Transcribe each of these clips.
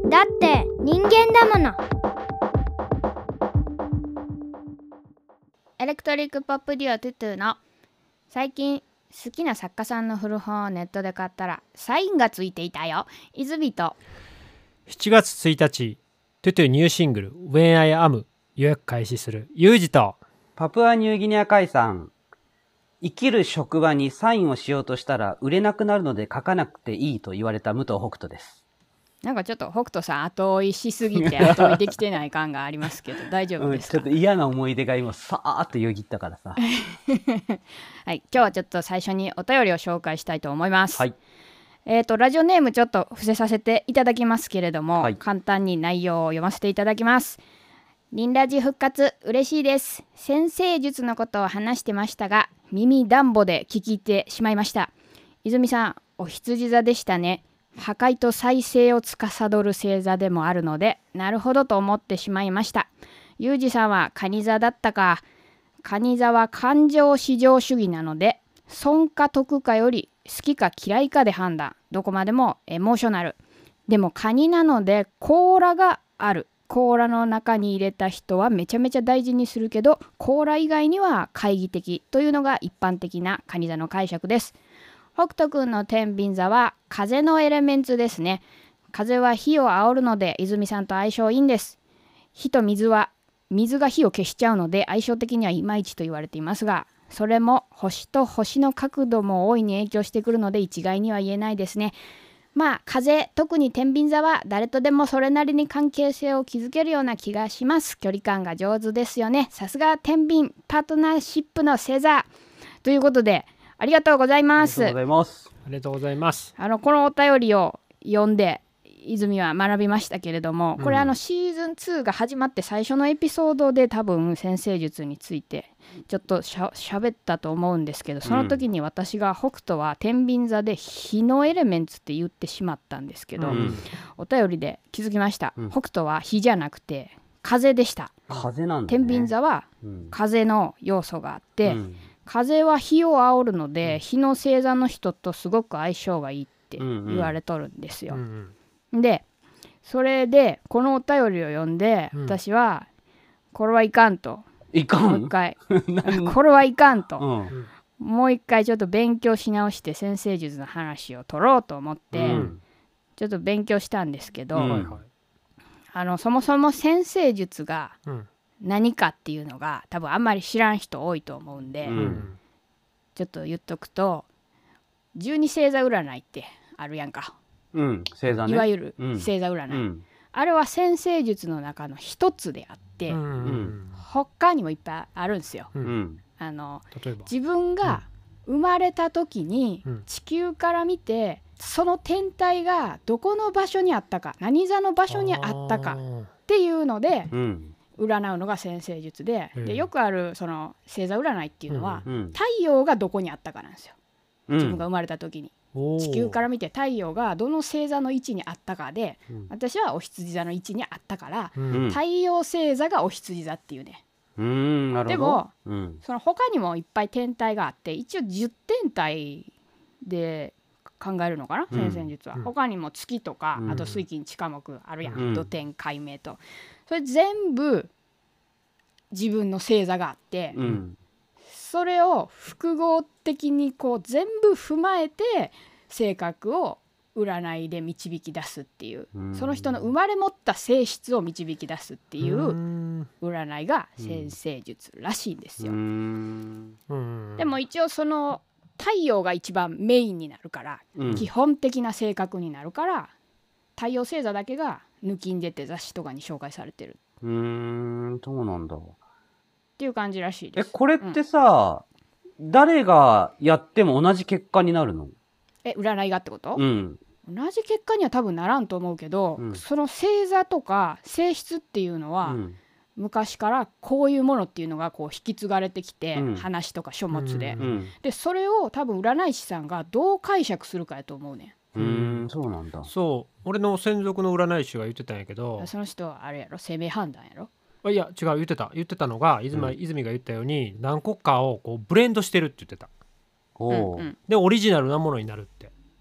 だって人間だもの。エレクトリックポップデュオトゥトゥの最近好きな作家さんの古本をネットで買ったらサインがついていたよ。泉と 7月1日トゥトゥニューシングル When I Am 予約開始するユージとパプアニューギニア海産。生きる職場にサインをしようとしたら売れなくなるので書かなくていいと言われた武藤北斗です。 なんかちょっと北斗さん後追いしすぎて後追いできてない感がありますけど大丈夫ですか？ ちょっと嫌な思い出が今さーっとよぎったからさはい、今日はちょっと最初にお便りを紹介したいと思います。 はい。 ラジオネームちょっと伏せさせていただきますけれども、 はい、 簡単に内容を読ませていただきます。リンラジ復活嬉しいです。先生術のことを話してましたが耳暖房で聞いてしまいました。泉さんお羊座でしたね。破壊と再生を司る星座でもあるのでなるほどと思ってしまいました。ユージさんは蟹座だったか。蟹座は感情至上主義なので損か得かより好きか嫌いかで判断。どこまでもエモーショナル。でもカニなので甲羅がある。甲羅の中に入れた人はめちゃめちゃ大事にするけど甲羅以外には懐疑的というのが一般的なカニ座の解釈です。北斗くんの天秤座は風のエレメンツですね。風は火を煽るので泉さんと相性いいんです。火と水は水が火を消しちゃうので相性的にはいまいちと言われていますが、それも星と星の角度も大いに影響してくるので一概には言えないですね。まあ風、特に天秤座は誰とでもそれなりに関係性を築けるような気がします。距離感が上手ですよね。さすが天秤パートナーシップの星座ということでありがとうございます。 ありがとうございます。 ありがとうございます。 このお便りを読んで泉は学びましたけれども、これシーズン2が始まって最初のエピソードで多分先生術についてちょっとしゃべったと思うんですけど、その時に私が北斗は天秤座で火のエレメンツって言ってしまったんですけど、お便りで気づきました。北斗は火じゃなくて風でした。 風なんだね。 天秤座は風の要素があって、風は火を煽るので火の星座の人とすごく相性がいいって言われとるんですよ。でそれでこのお便りを読んで、私はこれはいかんともう一回これはいかんと、もう一回ちょっと勉強し直して先生術の話を取ろうと思って、ちょっと勉強したんですけど、そもそも先生術が何かっていうのが多分あんまり知らん人多いと思うんで、ちょっと言っとくと12星座占いってあるやんか。 星座ね、 いわゆる星座占い、あれは先生術の中の一つであって、他にもいっぱいあるんですよ。例えば自分が生まれた時に地球から見てその天体がどこの場所にあったか、何座の場所にあったかっていうので占うのが先生術で、よくあるその星座占いっていうのは太陽がどこにあったかなんですよ。自分が生まれた時に地球から見て太陽がどの星座の位置にあったかで、私はお羊座の位置にあったから、太陽星座がお羊座っていうね。 なるほど。 でも、その他にもいっぱい天体があって一応10天体で考えるのかな、先生術は。他にも月とか、あと水金地下木あるやん、土天海冥と。それ全部自分の星座があって、それを複合的にこう全部踏まえて性格を占いで導き出すっていう、その人の生まれ持った性質を導き出すっていう占いが先生術らしいんですよ。でも一応その太陽が一番メインになるから、基本的な性格になるから太陽星座だけが抜きん出て雑誌とかに紹介されてる。 そうなんだっていう感じらしいです。 これってさ、誰がやっても同じ結果になるの？ 占いがってこと？同じ結果には多分ならんと思うけど、その星座とか性質っていうのは、昔からこういうものっていうのがこう引き継がれてきて、話とか書物で、でそれを多分占い師さんがどう解釈するかやと思うねん。そうなんだ。 そう俺の専属の占い師が言ってたんやけど、 その人はあれやろ、生命判断やろ。 いや違う、言ってたのが泉が言ったように何個かをこうブレンドしてるって言ってた。でオリジナルなものになるって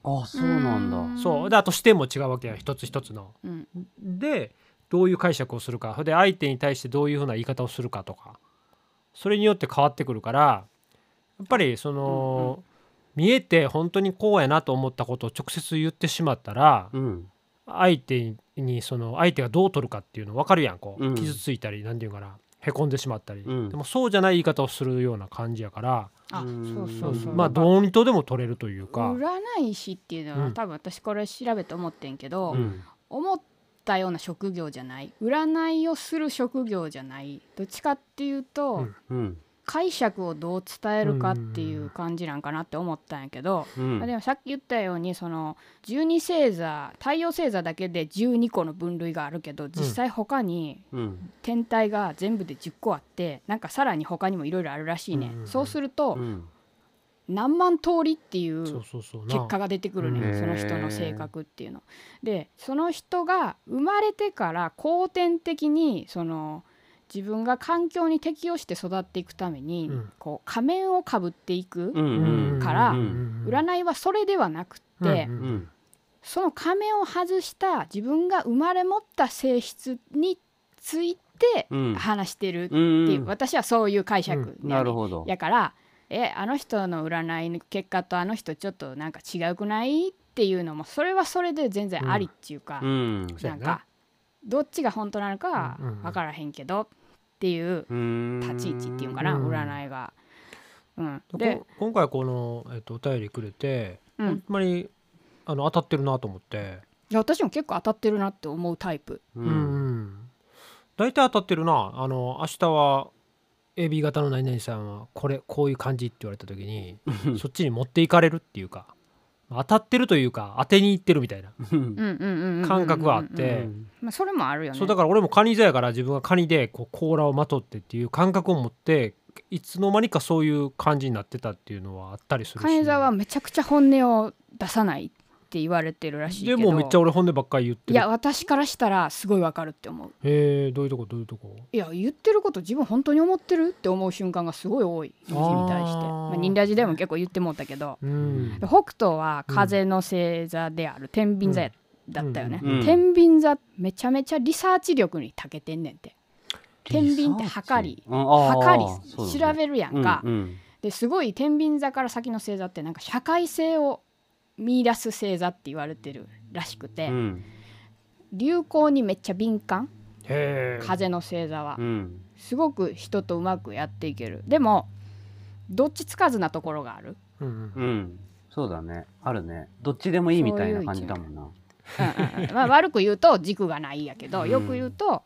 あ、そうなんだ。 そうであと視点も違うわけや一つ一つの。 うんでどういう解釈をするかで相手に対してどういうふうな言い方をするかとかそれによって変わってくるからやっぱりその、見えて本当にこうやなと思ったことを直接言ってしまったら、 うん。 相手にその相手がどう取るかっていうの分かるやんこう、 うん傷ついたり何て言うかなへこんでしまったり、 うんでもそうじゃない言い方をするような感じやからあ、そうそうそう。 まあどうにとでも取れるというか。 占い師っていうのは、 うん多分私これ調べて思ってんけど、 うん。 思ったような職業じゃない、占いをする職業じゃない、どっちかっていうと、 うんうん。 解釈をどう伝えるかっていう感じなんかなって思ったんやけど、 うん。 でもさっき言ったようにその12星座太陽星座だけで12個の分類があるけど、実際他にうん。 天体が全部で10個あって、なんかさらに他にもいろいろあるらしいね、そうするとうん。 何万通りっていうそうそうそうな結果が出てくるね、 うんその人の性格っていうので、その人が生まれてから後天的にその自分が環境に適応して育っていくために、 うんこう仮面をかぶっていく、 うん。 からうん。 占いはそれではなくって、 うんうん。 その仮面を外した自分が生まれ持った性質についてうん話してるってういう、 ん。 私はそういう解釈やね、 なるほど。 やからあの人の占いの結果とあの人ちょっとなんか違うくないっていうのもそれはそれで全然ありっていうか、 うん。 なんかどっちが本当なのかは分からへんけどっていう立ち位置っていうかな、占いが。で今回この、お便りくれて、 うんほんまに当たってるなと思って、 いや私も結構当たってるなって思うタイプ。 大体当たってるな。明日は AB 型の何々さんはこういう感じって言われた時にそっちに持っていかれるっていうか当たってるというか当てにいってるみたいな感覚があって、 まあそれもあるよね。 そうだから俺もカニ座やから自分がカニでこう甲羅をまとってっていう感覚を持っていつの間にかそういう感じになってたっていうのはあったりするし、 カニ座はめちゃくちゃ本音を出さないって言われてるらしいけど、 でもめっちゃ俺本音ばっかり言ってる。 いや私からしたらすごいわかるって思う。 どういうとこいや言ってること自分本当に思ってるって思う瞬間がすごい多い、友人に対して。まあ、ニンラジでも結構言ってもうたけど、で北斗は風の星座である天秤座だったよね、天秤座めちゃめちゃリサーチ力に長けてんねんて。天秤って測り調べるやんか、ですごい天秤座から先の星座ってなんか社会性を見出す星座って言われてるらしくて、流行にめっちゃ敏感、風の星座は、すごく人とうまくやっていける。でもどっちつかずなところがある。 そうだね、あるね。どっちでもいいみたいな感じだもんな。 まあ悪く言うと軸がないやけど、よく言うと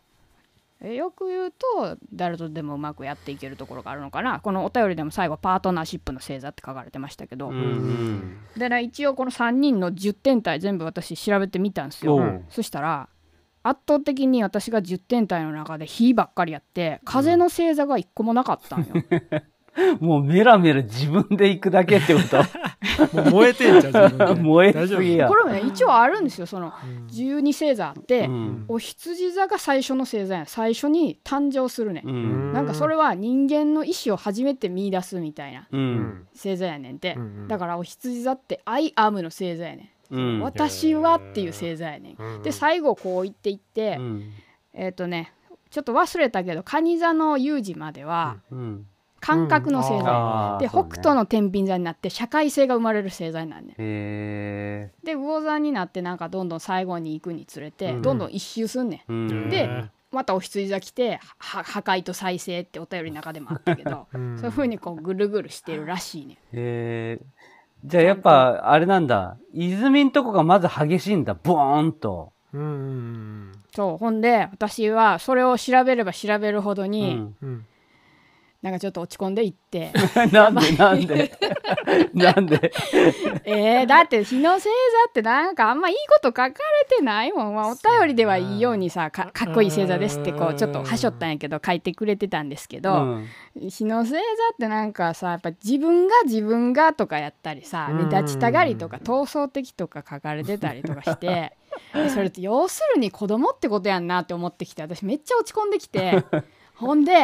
誰とでもうまくやっていけるところがあるのかな。このお便りでも最後パートナーシップの星座って書かれてましたけど、でね、一応この3人の10点体全部私調べてみたんですよ。そしたら圧倒的に私が10点体の中で火ばっかりやって風の星座が1個もなかったんよ。 もうメラメラ自分で行くだけってこともう燃えてんじゃん自分で。 燃えすぎや。 これもね一応あるんですよ。その12星座あって、お羊座が最初の星座や、最初に誕生するね、なんかそれは人間の意思を初めて見出すみたいな星座やねんて、だからお羊座ってアイアムの星座やねん、私はっていう星座やねん、で最後こう言っていって、ちょっと忘れたけど蟹座の有事までは、感覚の星座で、北斗の天秤座になって社会性が生まれる星座になるね。で魚座になってなんかどんどん最後に行くにつれて、どんどん一周すんねん。でまたお羊座来て破壊と再生ってお便りの中でもあったけど、そういう風にこうぐるぐるしてるらしいね。 じゃあやっぱあれなんだ、泉んとこがまず激しいんだ、ボーンと。 そう、ほんで私はそれを調べれば調べるほどに、なんかちょっと落ち込んでいってなんでだって日の星座ってなんかあんまいいこと書かれてないもん、お便りではいいようにさ かっこいい星座ですってこうちょっとはしょったんやけど書いてくれてたんですけど、日の星座ってなんかさやっぱ自分がとかやったりさ、目立ちたがりとか闘争的とか書かれてたりとかしてそれって要するに子供ってことやんなって思ってきて、私めっちゃ落ち込んできてほんで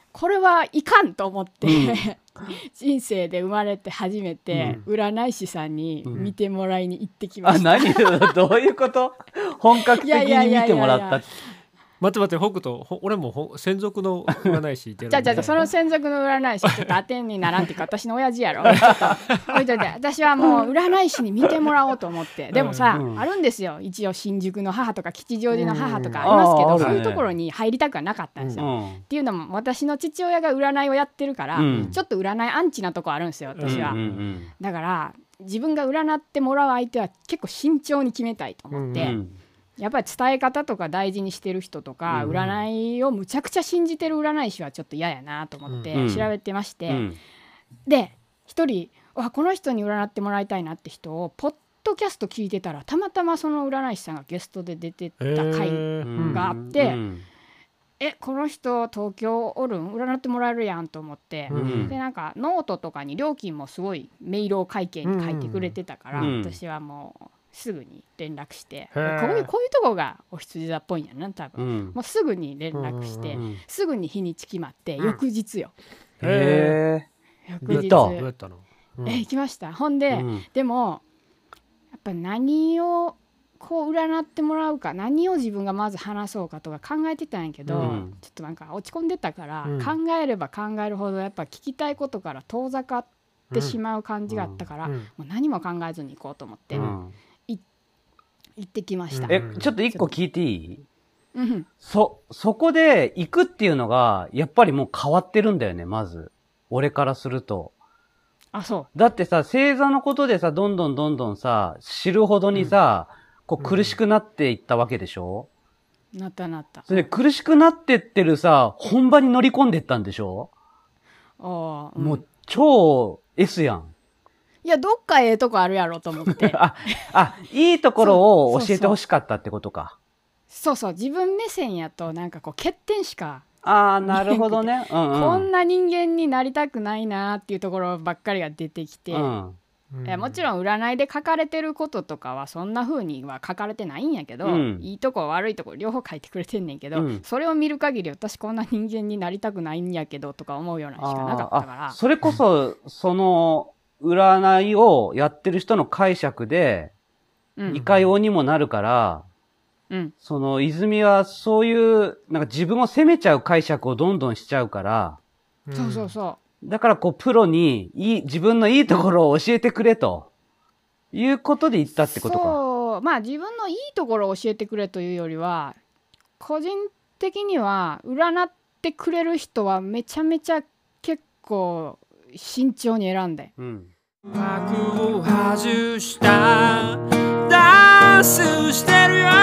これはいかんと思って、 うん人生で生まれて初めて占い師さんに見てもらいに行ってきまあ、 した。 何どういうこと本格的に見てもらった。 待って待って、北斗、俺も専属の占い師じゃじゃその専属の占い師ちょっと当てにならんっていうか私の親父やろ。ちょっと置いといて、私はもう占い師に見てもらおうと思って。でもさ、あるんですよ、一応新宿の母とか吉祥寺の母とかありますけど、そういうところに入りたくはなかったんですよ。っていうのも私の父親が占いをやってるから、ちょっと占いアンチなとこあるんですよ私は。だから自分が占ってもらう相手は結構慎重に決めたいと思って、やっぱり伝え方とか大事にしてる人とか、占いをむちゃくちゃ信じてる占い師はちょっと嫌やなと思って調べてまして、で一人この人に占ってもらいたいなって人をポッドキャスト聞いてたらたまたまその占い師さんがゲストで出てた回があって、この人東京おるん占ってもらえるやんと思って、でなんかノートとかに料金もすごい明朗会計に書いてくれてたから、私はもうすぐに連絡して、こういうとこがお羊座っぽいんやな多分、もうすぐに連絡して、すぐに日にち決まって、翌日よ。翌日どうやったの？ 行きました。ほんで、でもやっぱ何をこう占ってもらうか、何を自分がまず話そうかとか考えてたんやけど、ちょっとなんか落ち込んでたから、考えれば考えるほどやっぱ聞きたいことから遠ざかってしまう感じがあったから、もう何も考えずに行こうと思って、行ってきました。 ちょっと一個聞いていい？そこで行くっていうのがやっぱりもう変わってるんだよね、まず俺からすると。 そうだってさ、星座のことでさ、どんどんさ知るほどにさ、こう苦しくなっていったわけでしょ？ なった。 それで苦しくなってってるさ、本場に乗り込んでったんでしょ？もう超 S やん。 いや、どっかええとこあるやろと思っていいところを教えてほしかったってことか。 そう自分目線やとなんかこう欠点しかなるほどね、 こんな人間になりたくないなっていうところばっかりが出てきて、もちろん占いで書かれてることとかはそんな風には書かれてないんやけど、いいとこ悪いとこ両方書いてくれてんねんけど、それを見る限り私こんな人間になりたくないんやけどとか思うようなしかなかったから、 それこそその占いをやってる人の解釈で、いかようにもなるから、その泉はそういうなんか自分を責めちゃう解釈をどんどんしちゃうから、だからこうプロに自分のいいところを教えてくれということで言ったってことか。 まあ自分のいいところを教えてくれというよりは、個人的には占ってくれる人はめちゃめちゃ結構慎重に選んで、 幕を外したダンスしてるよ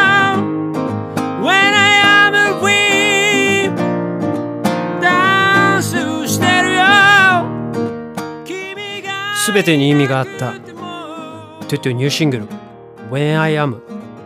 When I am free ダンスしてるよすべてに意味があったトゥトゥニューシングル When I am。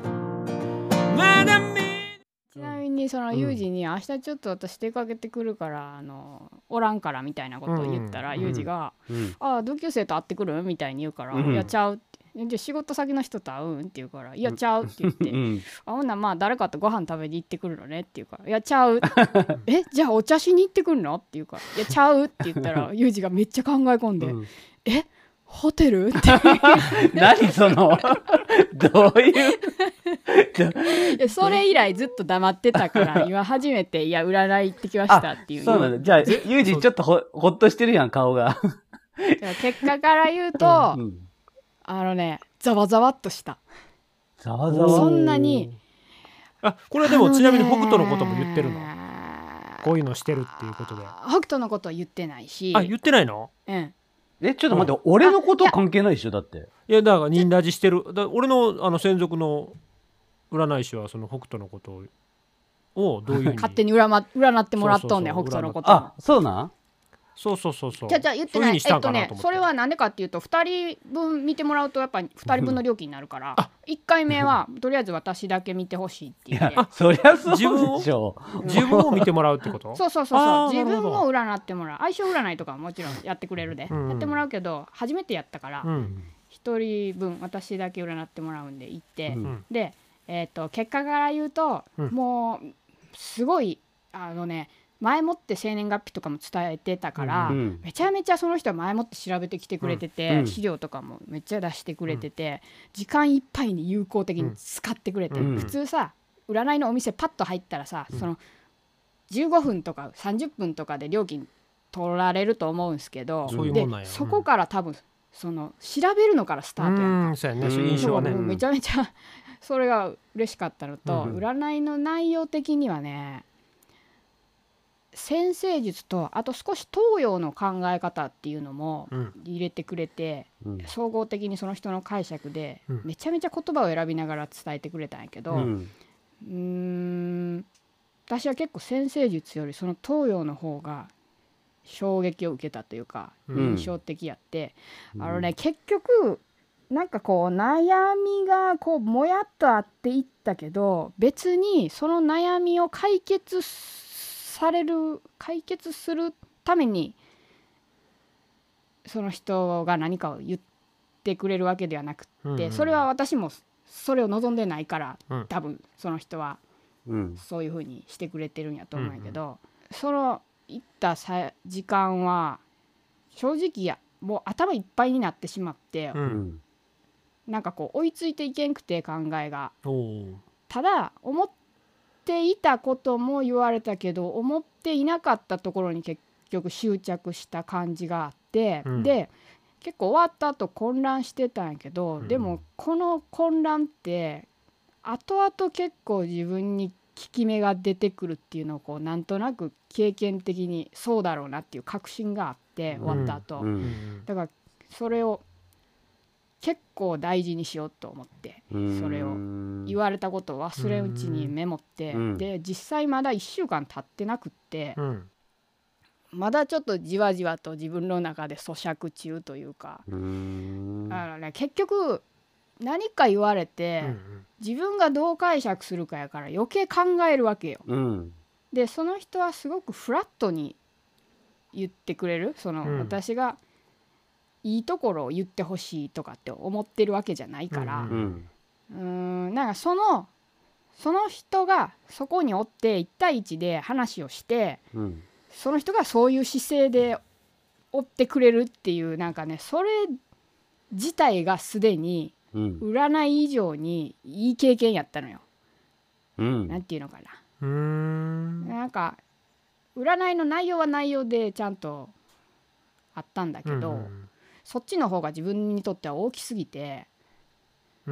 ちなみにそのユージに明日ちょっと私出かけてくるからおらんからみたいなことを言ったら、ユージが同級生と会ってくるみたいに言うから、いやちゃうって、じゃあ仕事先の人と会うんって言うから、いやちゃうって言って、ほんなまあ誰かとご飯食べに行ってくるのねって言うから、いやちゃうじゃあお茶しに行ってくるのって言うから、いやちゃうって言ったらユージがめっちゃ考え込んで、ホテルって何そのどういうそれ以来ずっと黙ってたから今初めて占い行ってきましたっていう。 そうなんだ。じゃあユージちょっとほっとしてるやん顔が結果から言うと、ざわざわっとした。 ざわざわ。 そんなにこれはでもちなみに北斗のことも言ってるの？こういうのしてるっていうことで。 北斗のことは言ってないし。 言ってないの？ ちょっと待って、俺のこと関係ないでしょだって。 いやだからニンラジしてる。俺の専属の占い師はその北斗のことをどういうふうに勝手に占ってもらっとんねん、北斗のこと。 そうなん？ そう。 じゃあ言ってない。それはなんでかっていうと、2人分見てもらうとやっぱり2人分の料金になるから、1回目はとりあえず私だけ見てほしいっていう。 そりゃそうでしょ。 自分を見てもらうってこと？ そう。自分を占ってもらう。相性占いとかももちろんやってくれるで。やってもらうけど、初めてやったから、1人分私だけ占ってもらうんで行って、で、結果から言うと、もうすごい前もって生年月日とかも伝えてたから、めちゃめちゃその人は前もって調べてきてくれてて、資料とかもめっちゃ出してくれてて、時間いっぱいに有効的に使ってくれて、普通さ占いのお店パッと入ったらさ、その15分とか30分とかで料金取られると思うんですけど、でそこから多分その調べるのからスタートやんか。 そうやね、そういう印象はね。 めちゃめちゃそれが嬉しかったのと、占いの内容的にはね、占星術とあと少し東洋の考え方っていうのも入れてくれて、総合的にその人の解釈でめちゃめちゃ言葉を選びながら伝えてくれたんやけど、私は結構占星術よりその東洋の方が衝撃を受けたというか印象的やって、結局なんかこう悩みがこうもやっとあっていったけど、別にその悩みを解決するためにその人が何かを言ってくれるわけではなくって、それは私もそれを望んでないから、多分その人はそういう風にしてくれてるんやと思うんやけど、その行った時間は正直もう頭いっぱいになってしまって、なんかこう追いついていけんくて考えが。ただ思っていたことも言われたけど、思っていなかったところに結局執着した感じがあって、で結構終わった後混乱してたんやけど、でもこの混乱って後々結構自分に効き目が出てくるっていうのをこうなんとなく経験的にそうだろうなっていう確信があって、終わった後、だからそれを結構大事にしようと思って、それを言われたことを忘れんうちにメモって、で実際まだ1週間経ってなくって、まだちょっとじわじわと自分の中で咀嚼中というか、結局何か言われて、自分がどう解釈するかやから余計考えるわけよ。でその人はすごくフラットに言ってくれる、その、私がいいところを言ってほしいとかって思ってるわけじゃないから、なんかその人がそこにおって1対1で話をして、その人がそういう姿勢で追ってくれるっていう、なんかね、それ自体がすでに占い以上にいい経験やったのよ。なんていうのかな、なんか占いの内容は内容でちゃんとあったんだけど、そっちの方が自分にとっては大きすぎて、 だ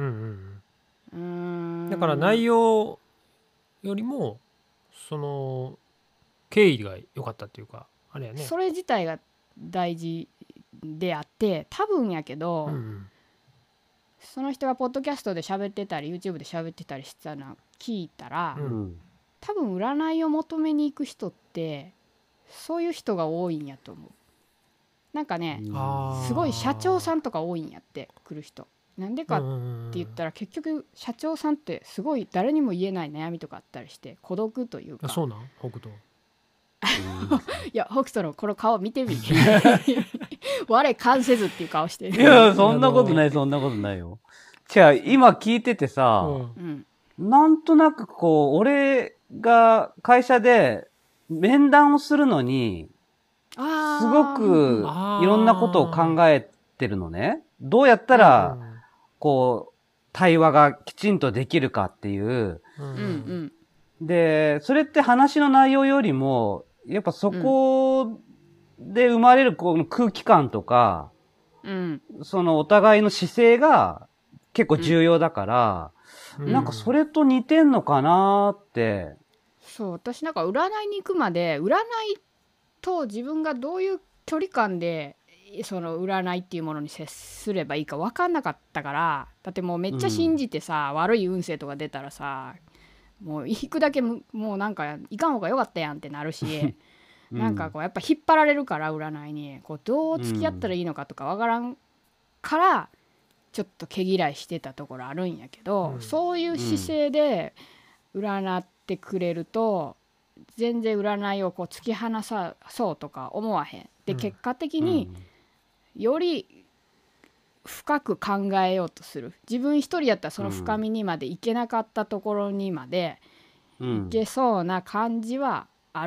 から内容よりもその経緯が良かったっていうか、あれやね、 それ自体が大事であって、多分やけど、その人がポッドキャストで喋ってたり YouTube で喋ってたりしたの聞いたら、多分占いを求めに行く人ってそういう人が多いんやと思う。なんかね、すごい社長さんとか多いんやって、来る人。なんでかって言ったら、結局社長さんってすごい誰にも言えない悩みとかあったりして、孤独というか。 そうなん北斗いや北斗のこの顔見てみ我関せずっていう顔してる。 いやそんなことない、そんなことないよ。じゃあ今聞いててさ、なんとなくこう俺が会社で面談をするのにすごくいろんなことを考えてるのね。どうやったらこう対話がきちんとできるかっていう。でそれって話の内容よりもやっぱそこで生まれるこの空気感とか、そのお互いの姿勢が結構重要だから、なんかそれと似てんのかなって。 そう、私なんか占いに行くまで占いと自分がどういう距離感でその占いっていうものに接すればいいか分かんなかったから、だってもうめっちゃ信じてさ、悪い運勢とか出たらさ、もう行くだけもうなんか行かん方がよかったやんってなるしなんかこうやっぱ引っ張られるから、占いにこうどう付き合ったらいいのかとか分からんからちょっと毛嫌いしてたところあるんやけど、そういう姿勢で占ってくれると全然占いをこう突き放そうとか思わへんで、結果的により深く考えようとする。自分一人やったらその深みにまでいけなかったところにまでいけそうな感じはあるね。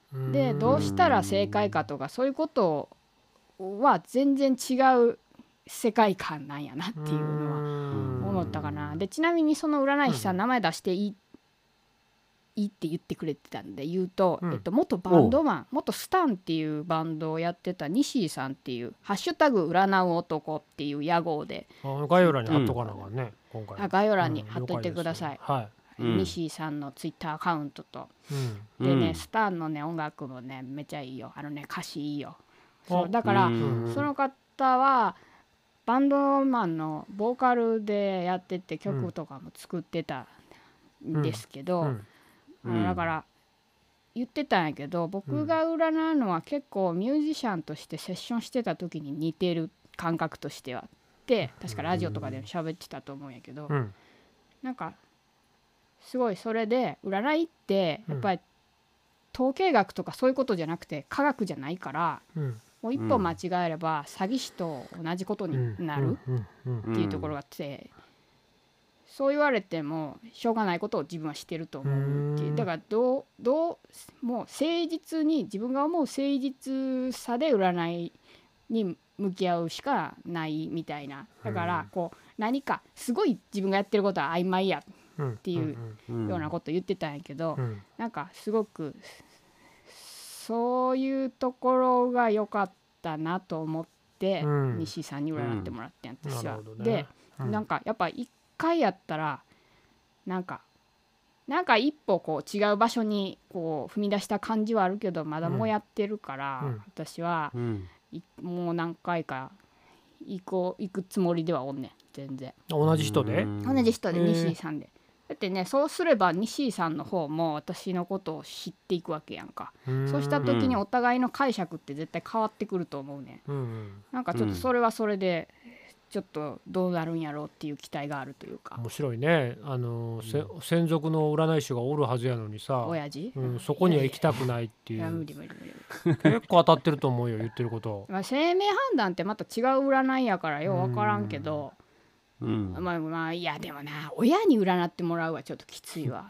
でどうしたら正解かとかそういうことは全然違う世界観なんやなっていうのは思ったかな。でちなみにその占い師さん名前出していいって言ってくれてたんで言うと、元バンドマン元スタンっていうバンドをやってた西井さんっていうハッシュタグ占う男っていう屋号で概要欄に貼っとかなあかんね、今回概要欄に貼っといてください、西井さんのツイッターアカウントと、でねスタンのね音楽もねめちゃいいよ、歌詞いいよ。そうだから、その方はバンドマンのボーカルでやってて曲とかも作ってたんですけど、だから言ってたんやけど、僕が占うのは結構ミュージシャンとしてセッションしてた時に似てる感覚としてはって確かラジオとかでも喋ってたと思うんやけど、なんかすごいそれで占いってやっぱり統計学とかそういうことじゃなくて科学じゃないから、もう一歩間違えれば詐欺師と同じことになるっていうところがあって、そう言われてもしょうがないことを自分はしてると思うっていう。だからもう誠実に自分が思う誠実さで占いに向き合うしかないみたいな。だからこう何かすごい自分がやってることは曖昧やっていうようなこと言ってたんやけど、なんかすごくそういうところが良かったなと思って西井さんに占ってもらってん私は。でなんかやっぱ一回やったらなんか一歩こう違う場所にこう踏み出した感じはあるけどまだもやってるから、私はもう何回か行くつもりではおんねん全然。 同じ人で西井さんで。だってねそうすれば西井さんの方も私のことを知っていくわけやんか。そうした時にお互いの解釈って絶対変わってくると思うね。なんかちょっとそれはそれでちょっとどうなるんやろうっていう期待があるというか。 面白いね。専属の占い師がおるはずやのにさ、 親父、 そこには行きたくないっていう。 無理結構当たってると思うよ言ってること。 生命判断ってまた違う占いやからよう分からんけど、まあいやでもな親に占ってもらうはちょっときついわ。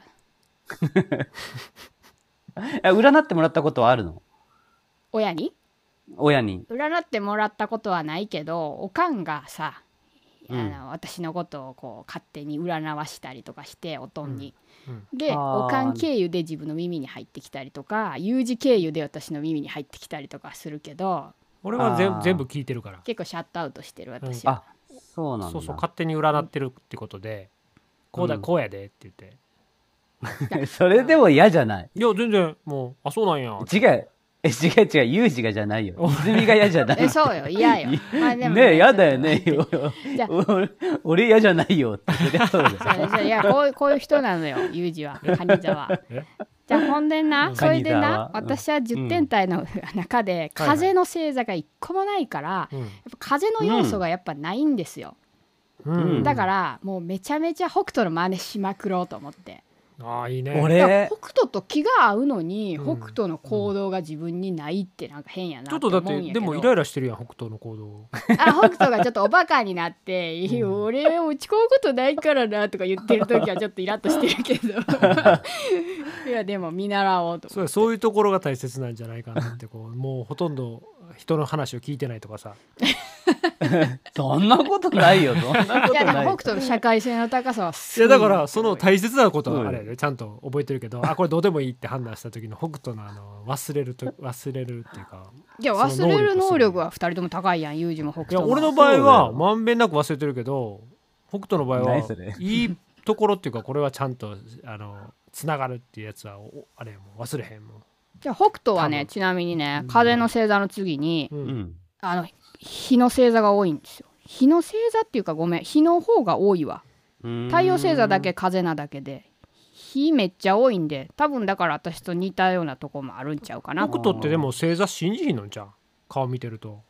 占ってもらったことはあるの？ 親に占ってもらったことはないけど、おかんがさ私のことをこう勝手に占わしたりとかしておとんに、でおかん経由で自分の耳に入ってきたりとか、有事経由で私の耳に入ってきたりとかするけど、 俺は全部聞いてるから結構シャットアウトしてる私は。 そうなんだ。 そう勝手に占ってるってことで、こうやでって言ってそれでも嫌じゃない？ いや全然もうそうなんや。 違うユージがじゃないよ。泉が嫌じゃない。 そうよ嫌よ。 ね嫌だよね。俺嫌じゃないよって。 いやこういう人なのよユージは。蟹座は。じゃあほんでな、それでな私は10天体の中で風の星座が1個もないから、やっぱ風の要素がやっぱないんですよ。だからもうめちゃめちゃ北斗の真似しまくろうと思って。 いいね。 北斗と気が合うのに、北斗の行動が自分にないってなんか変やなって思うんやけど。ちょっとだってでもイライラしてるやん北斗の行動。 北斗がちょっとおバカになって「俺落ち込むことないからな」とか言ってる時はちょっとイラッとしてるけどいやでも見習おうと思って。 そういうところが大切なんじゃないかなってもうほとんど人の話を聞いてないとかさ。 そんなことないよ。いやでも北斗の社会性の高さはすごい。いやだからその大切なことはあれちゃんと覚えてるけど、これどうでもいいって判断した時の北斗の忘れるっていうか。 いや忘れる能力は2人とも高いやん、ユージも北斗も。 いや俺の場合はまんべんなく忘れてるけど、北斗の場合はいいところっていうか、これはちゃんとつながるっていうやつはあれも忘れへんもん。 じゃあ北斗はね、ちなみにね風の星座の次に火の星座が多いんですよ。火の星座っていうか火の方が多いわ。太陽星座だけ風なだけで火めっちゃ多いんで、多分だから私と似たようなとこもあるんちゃうかな。 北斗ってでも星座信じひんのんちゃう？顔見てると。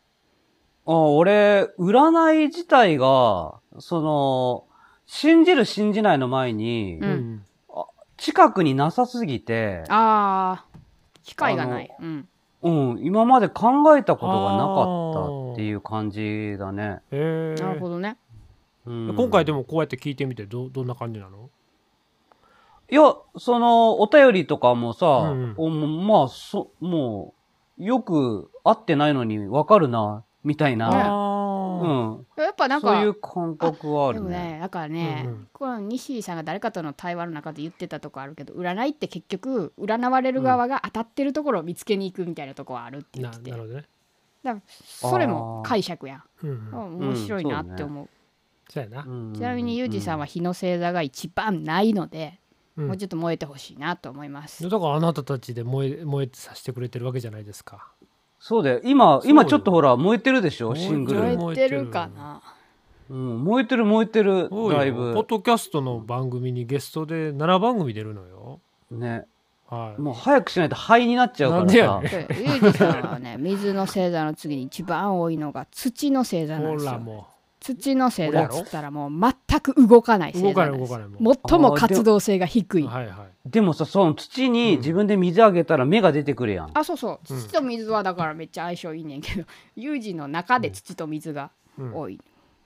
俺占い自体が信じる信じないの前に、近くになさすぎて、 機会がない。 今まで考えたことがなかったっていう感じだね。 なるほどね。 今回でもこうやって聞いてみてどんな感じなの？ いや、お便りとかもさ、 うんまあ、もう、よく会ってないのにわかるな、みたいな。うん。 やっぱなんかそういう感覚はあるね。 でもね、だからね、この西井さんが誰かとの対話の中で言ってたとこあるけど、占いって結局占われる側が当たってるところを見つけに行くみたいなところはあるって言ってて、 なるほどね。 だからそれも解釈やん。面白いなって思う。 そうやな。 ちなみにユージさんは火の星座が一番ないので、もうちょっと燃えてほしいなと思います。 だからあなたたちで燃えさせてくれてるわけじゃないですか。 そうだよ。今ちょっとほら燃えてるでしょ、シングル。 燃えてるかな。 燃えてるだいぶ。 ポッドキャストの番組にゲストで7番組出るのよ。 ね。 はい。 もう早くしないと灰になっちゃうからさ。 ユージさんはね、水の星座の次に一番多いのが土の星座なんですよ。 ほらもう。 土の星座っつったらもう全く動かない星座なんです。最も活動性が低い。 でもさ、その土に自分で水あげたら芽が出てくるやん。 あ、そうそう。土と水はだからめっちゃ相性いいねんけど、ユージの中で土と水が多い。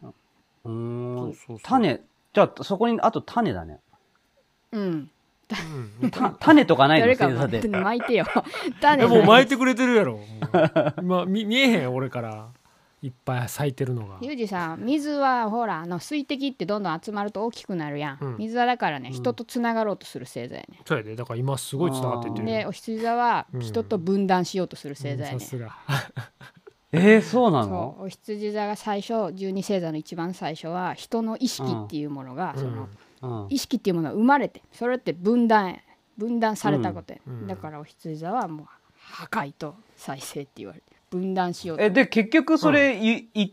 種、じゃあそこにあと種だね。 うん。 種とかないの？ 誰か巻いてよ。 種もう巻いてくれてるやろ。今見えへん俺からいっぱい咲いてるのが。 ユージさん、水はほら水滴ってどんどん集まると大きくなるやん。水はだからね、人とつながろうとする星座やね。 そうやで、だから今すごいつながってってる。 で、お羊座は人と分断しようとする星座やね。 さすが。 そうなの？ お羊座が最初、12星座の一番最初は人の意識っていうものが、意識っていうものが生まれて、それって分断されたことや。だからお羊座はもう破壊と再生って言われて分断しようと。 で結局それ言って、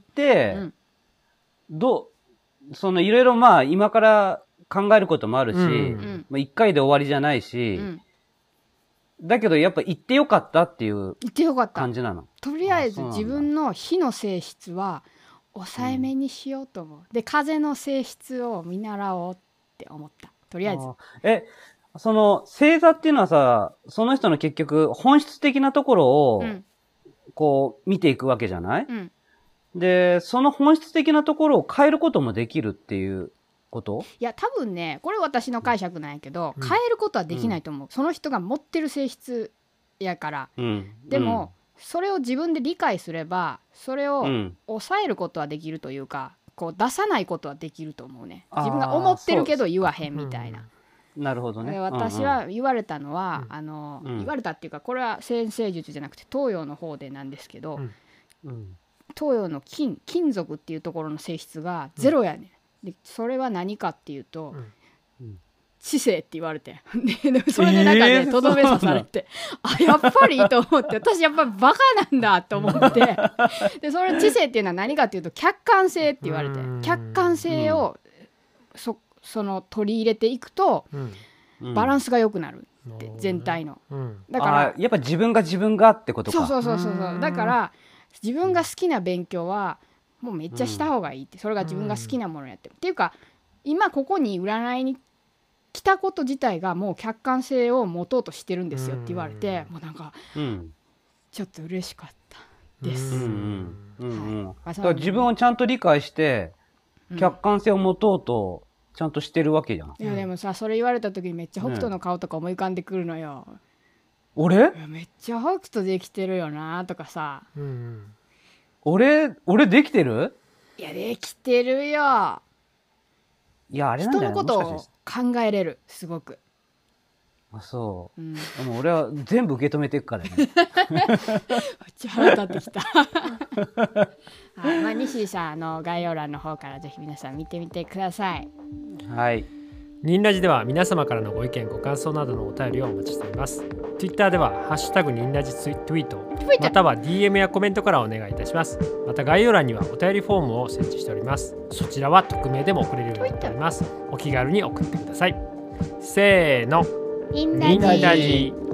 いろいろまあ今から考えることもあるし、一回で終わりじゃないし、だけどやっぱ言ってよかったっていう感じなの。 とりあえず自分の火の性質は抑えめにしようと思う。で、風の性質を見習おうって思った。とりあえず。 その星座っていうのはさ、その人の結局本質的なところをこう見ていくわけじゃない？で、その本質的なところを変えることもできるっていうこと？ いや、多分ね、これ私の解釈なんやけど、変えることはできないと思う。その人が持ってる性質やから。でも、それを自分で理解すれば、それを抑えることはできるというか、こう出さないことはできると思うね。自分が思ってるけど言わへんみたいな。 なるほどね。 私は言われたのは、言われたっていうか、これは占星術じゃなくて東洋の方でなんですけど、東洋の金属っていうところの性質がゼロやねん。でそれは何かっていうと、知性って言われてでそれでなんかねとどめ刺されて、やっぱりいいと思って、私やっぱりバカなんだと思ってでそれ知性っていうのは何かっていうと客観性って言われて、客観性を取り入れていくと、バランスが良くなるって、全体の。 だからやっぱ自分がってことか。 そうだから自分が好きな勉強はもうめっちゃした方がいいって、それが自分が好きなものやってるっていうか、今ここに占いに来たこと自体がもう客観性を持とうとしてるんですよって言われて、もうなんかちょっと嬉しかったです。 だから自分をちゃんと理解して客観性を持とうとちゃんとしてるわけじゃん。 いやでもさ、それ言われた時にめっちゃ北斗の顔とか思い浮かんでくるのよ。 俺？ めっちゃ北斗できてるよなとかさ。 俺できてる？ いやできてるよ。 いやあれなんだよ、 人のことを考えれる、すごく。 そう。でも俺は全部受け止めていくからね。めっちゃ腹立ってきた。西井さん概要欄の方からぜひ皆さん見てみてください。 はい。 ニンラジでは皆様からのご意見ご感想などのお便りをお待ちしています。Twitter ではハッシュタグニンラジツイートまたは DM やコメントからお願いいたします。また概要欄にはお便りフォームを設置しております。そちらは匿名でも送れるようになっております。お気軽に送ってください。せーの、ニンラジ。